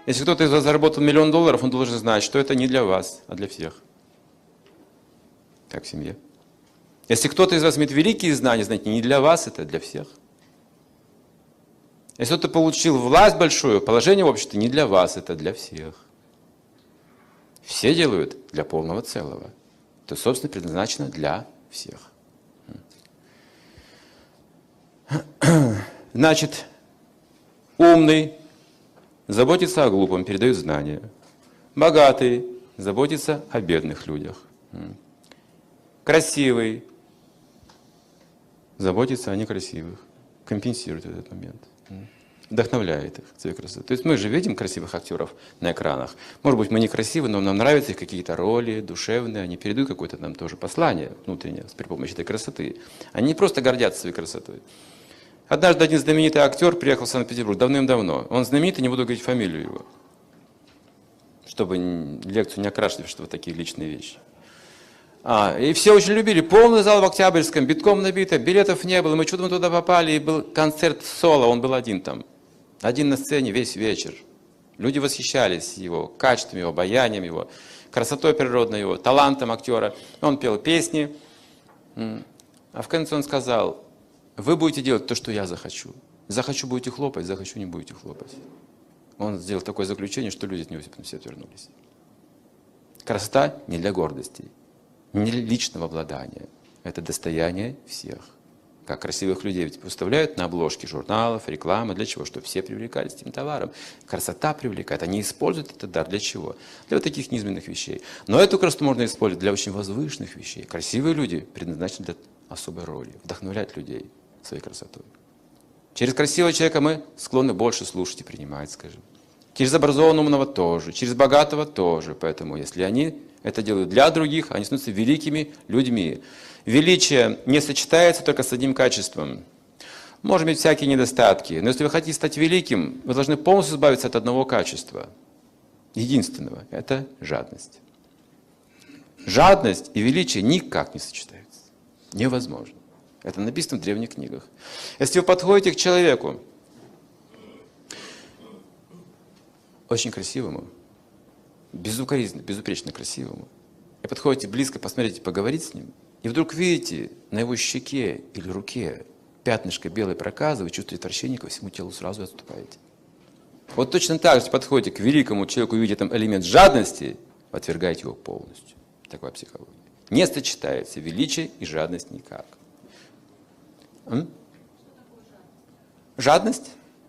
Если кто-то из вас заработал $1 000 000, он должен знать, что это не для вас, а для всех. Как в семье. Если кто-то из вас имеет великие знания, знаете, не для вас, это для всех. Если кто-то получил власть большую, положение в обществе, не для вас, это для всех. Все делают для полного целого. То, собственно, предназначено для всех. Значит, умный заботится о глупом, передает знания. Богатый заботится о бедных людях. Красивый заботится о некрасивых. Компенсирует этот момент. Вдохновляет их своей красотой. То есть мы же видим красивых актеров на экранах. Может быть, мы не красивы, но нам нравятся их какие-то роли душевные. Они передают какое-то нам тоже послание внутреннее при помощи этой красоты. Они не просто гордятся своей красотой. Однажды один знаменитый актер приехал в Санкт-Петербург давным-давно. Он знаменитый, не буду говорить фамилию его, чтобы лекцию не окрашивать, что вот такие личные вещи. И все очень любили. Полный зал в Октябрьском, битком набито, билетов не было. Мы чудом туда попали, и был концерт соло, он был один там. Один на сцене весь вечер. Люди восхищались его качеством, его обаянием, его красотой природной, его талантом актера. Он пел песни. А в конце он сказал: вы будете делать то, что я захочу. Захочу, будете хлопать, захочу, не будете хлопать. Он сделал такое заключение, что люди от него все отвернулись. Красота не для гордости, не для личного обладания. Это достояние всех. Как красивых людей ведь выставляют на обложке журналов, рекламы. Для чего? Чтобы все привлекались этим товаром. Красота привлекает. Они используют этот дар для чего? Для вот таких низменных вещей. Но эту красоту можно использовать для очень возвышенных вещей. Красивые люди предназначены для особой роли. Вдохновлять людей своей красотой. Через красивого человека мы склонны больше слушать и принимать, скажем. Через образованного умного тоже. Через богатого тоже. Поэтому если они это делают для других, они становятся великими людьми. Величие не сочетается только с одним качеством. Может быть, всякие недостатки. Но если вы хотите стать великим, вы должны полностью избавиться от одного качества. Единственного. Это жадность. Жадность и величие никак не сочетаются. Невозможно. Это написано в древних книгах. Если вы подходите к человеку, очень красивому, безупречно красивому, и подходите близко, посмотрите, поговорить с ним, и вдруг видите на его щеке или руке пятнышко белой проказы, вы чувствуете отвращение ко всему телу, сразу отступаете. Вот точно так же, если подходите к великому человеку, увидите там элемент жадности, вы отвергаете его полностью. Такая психология. Не сочетается величие и жадность никак. Жадность?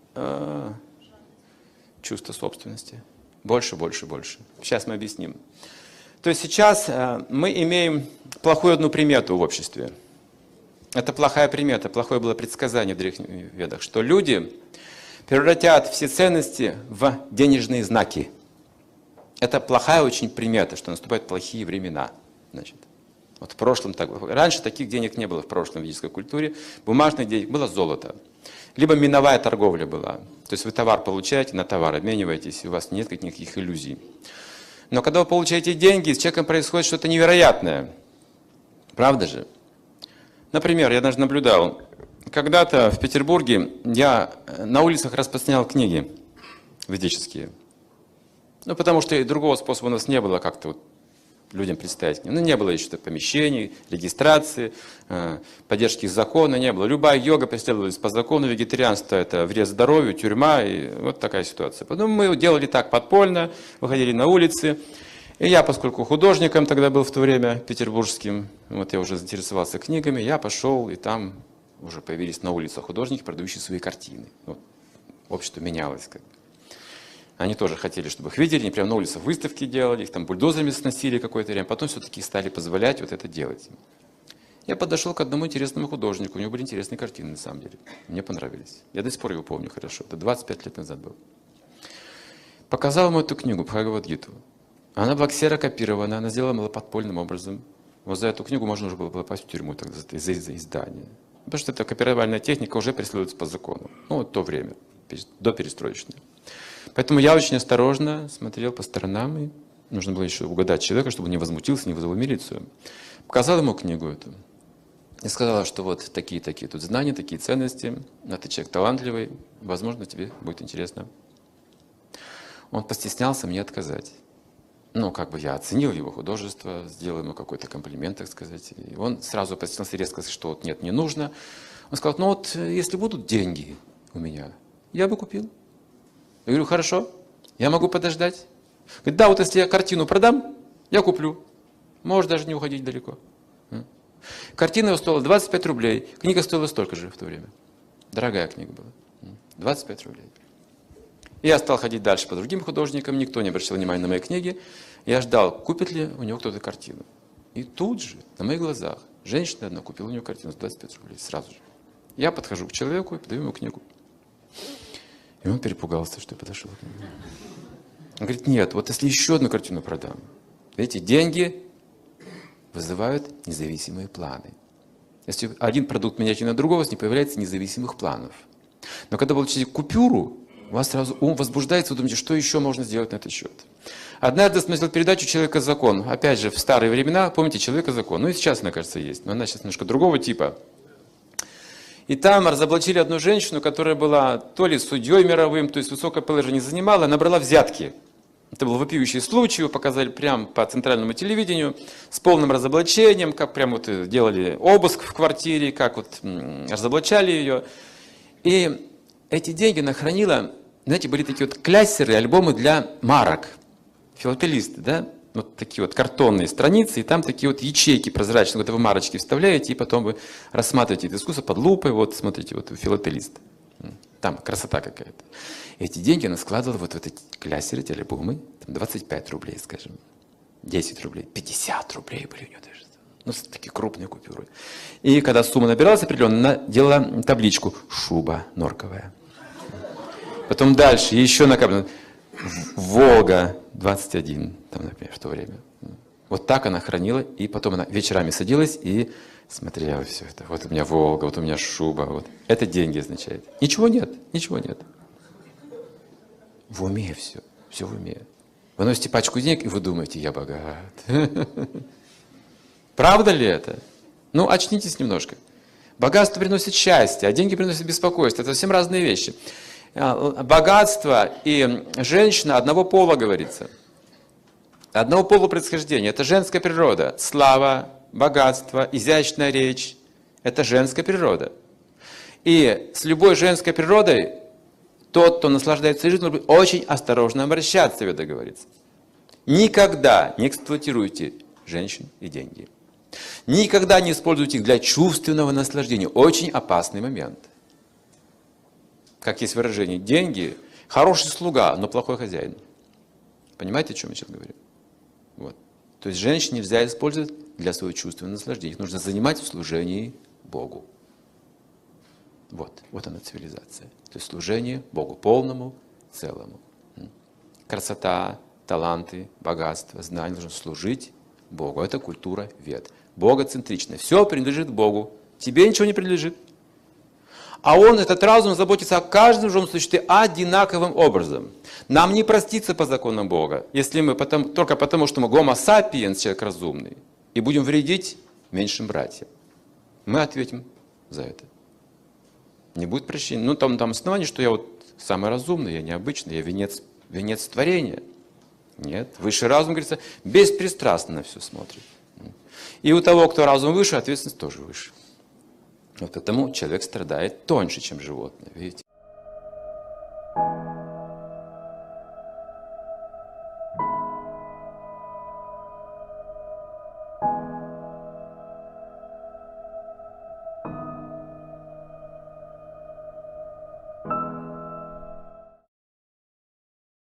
Чувство собственности. Больше, больше, больше. Сейчас мы объясним. То есть сейчас мы имеем плохую одну примету в обществе. Это плохая примета, плохое было предсказание в древних ведах, что люди превратят все ценности в денежные знаки. Это плохая очень примета, что наступают плохие времена. Значит, вот в прошлом так. Раньше таких денег не было в прошлом в ведической культуре. Бумажных денег было золото. Либо миновая торговля была. То есть вы товар получаете, на товар обмениваетесь, и у вас нет никаких иллюзий. Но когда вы получаете деньги, с человеком происходит что-то невероятное. Правда же? Например, я даже наблюдал, когда-то в Петербурге я на улицах распространял книги ведические. Ну, потому что и другого способа у нас не было как-то вот людям представить. Ну, не было еще помещений, регистрации, поддержки закона не было. Любая йога преследовалась по закону, вегетарианство – это вред здоровью, тюрьма, и вот такая ситуация. Потом мы делали так подпольно, выходили на улицы. И я, поскольку художником тогда был в то время, петербургским, вот я уже заинтересовался книгами, я пошел, и там уже появились на улицах художники, продающие свои картины. Вот, общество менялось как бы. Они тоже хотели, чтобы их видели, они прямо на улицах выставки делали, их там бульдозерами сносили какое-то время, потом все-таки стали позволять вот это делать. Я подошел к одному интересному художнику, у него были интересные картины на самом деле, мне понравились. Я до сих пор его помню хорошо, это 25 лет назад было. Показал ему эту книгу «Бхагавад-гиту». Она была ксерокопирована, она сделана подпольным образом. Вот за эту книгу можно уже было попасть в тюрьму тогда, за издание. Потому что эта копировальная техника уже преследуется по закону. Ну, вот то время, до перестроечное. Поэтому я очень осторожно смотрел по сторонам, и нужно было еще угадать человека, чтобы он не возмутился, не вызвал милицию. Показал ему книгу эту. И сказала, что вот такие-такие тут знания, такие ценности, а ты человек талантливый, возможно, тебе будет интересно. Он постеснялся мне отказать. Ну, как бы я оценил его художество, сделал ему какой-то комплимент, так сказать. И он сразу постеснялся резко сказать, что вот нет, не нужно. Он сказал, ну вот, если будут деньги у меня, я бы купил. Я говорю, хорошо, я могу подождать. Говорит, да, вот если я картину продам, я куплю. Можешь даже не уходить далеко. Картина его стоила 25 рублей. Книга стоила столько же в то время. Дорогая книга была. 25 рублей. Я стал ходить дальше по другим художникам, никто не обращал внимания на мои книги. Я ждал, купит ли у него кто-то картину. И тут же, на моих глазах, женщина одна купила у него картину за 25 рублей, сразу же. Я подхожу к человеку и подаю ему книгу. И он перепугался, что я подошел к нему. Он говорит, нет, вот если еще одну картину продам, видите, деньги вызывают независимые планы. Если один продукт меняете на другого, у вас не появляется независимых планов. Но когда вы получите купюру, у вас сразу ум возбуждается, вы думаете, что еще можно сделать на этот счет. Однажды смотрел передачу «Человек и закон». Опять же, в старые времена, помните, «Человек и закон». Ну и сейчас, мне кажется, есть, но она сейчас немножко другого типа. И там разоблачили одну женщину, которая была то ли судьей мировым, то есть высокое положение занимала, она брала взятки. Это был вопиющий случай, его показали прямо по центральному телевидению, с полным разоблачением, как прямо вот делали обыск в квартире, как вот разоблачали ее. И эти деньги она хранила, знаете, были такие вот кляссеры, альбомы для марок, филателисты, да? Вот такие вот картонные страницы, и там такие вот ячейки прозрачные, вот вы марочки вставляете, и потом вы рассматриваете это искусство под лупой, вот смотрите, вот филателист. Там красота какая-то. Эти деньги она складывала вот в эти кляссеры, эти альбомы, там 25 рублей, скажем, 10 рублей, 50 рублей были у нее даже. Ну, такие крупные купюры. И когда сумма набиралась определенно, она делала табличку «Шуба норковая». Потом дальше, еще накапливала. «Волга 21», там, например, в то время. Вот так она хранила, и потом она вечерами садилась и смотрела все это. Вот у меня «Волга», вот у меня «Шуба». Вот. Это деньги означает. Ничего нет, ничего нет. В уме все, все в уме. Вы носите пачку денег, и вы думаете, я богат. Правда ли это? Ну, очнитесь немножко. Богатство приносит счастье, а деньги приносят беспокойство. Это совсем разные вещи. Богатство и женщина одного пола, говорится. Одного пола происхождения. Это женская природа. Слава, богатство, изящная речь. Это женская природа. И с любой женской природой тот, кто наслаждается жизнью, должен быть очень осторожно обращаться, ведь говорится. Никогда не эксплуатируйте женщин и деньги. Никогда не используйте их для чувственного наслаждения. Очень опасный момент. Как есть выражение, деньги – хороший слуга, но плохой хозяин. Понимаете, о чем я сейчас говорю? Вот. То есть женщин нельзя использовать для своего чувственного наслаждения. Их нужно занимать в служении Богу. Вот она цивилизация. То есть служение Богу полному, целому. Красота, таланты, богатство, знания нужно служить Богу. Это культура вед. Богоцентричная. Все принадлежит Богу. Тебе ничего не принадлежит. А Он, этот разум, заботится о каждом живом существе одинаковым образом. Нам не проститься по законам Бога, если мы только потому, что мы гомо сапиенс, человек разумный, и будем вредить меньшим братьям. Мы ответим за это. Не будет прощения. Ну, там основание, что я вот самый разумный, я необычный, я венец творения. Нет. Высший разум, говорится, беспристрастно на все смотрит. И у того, кто разум выше, ответственность тоже выше. Вот потому человек страдает тоньше, чем животное. Видите?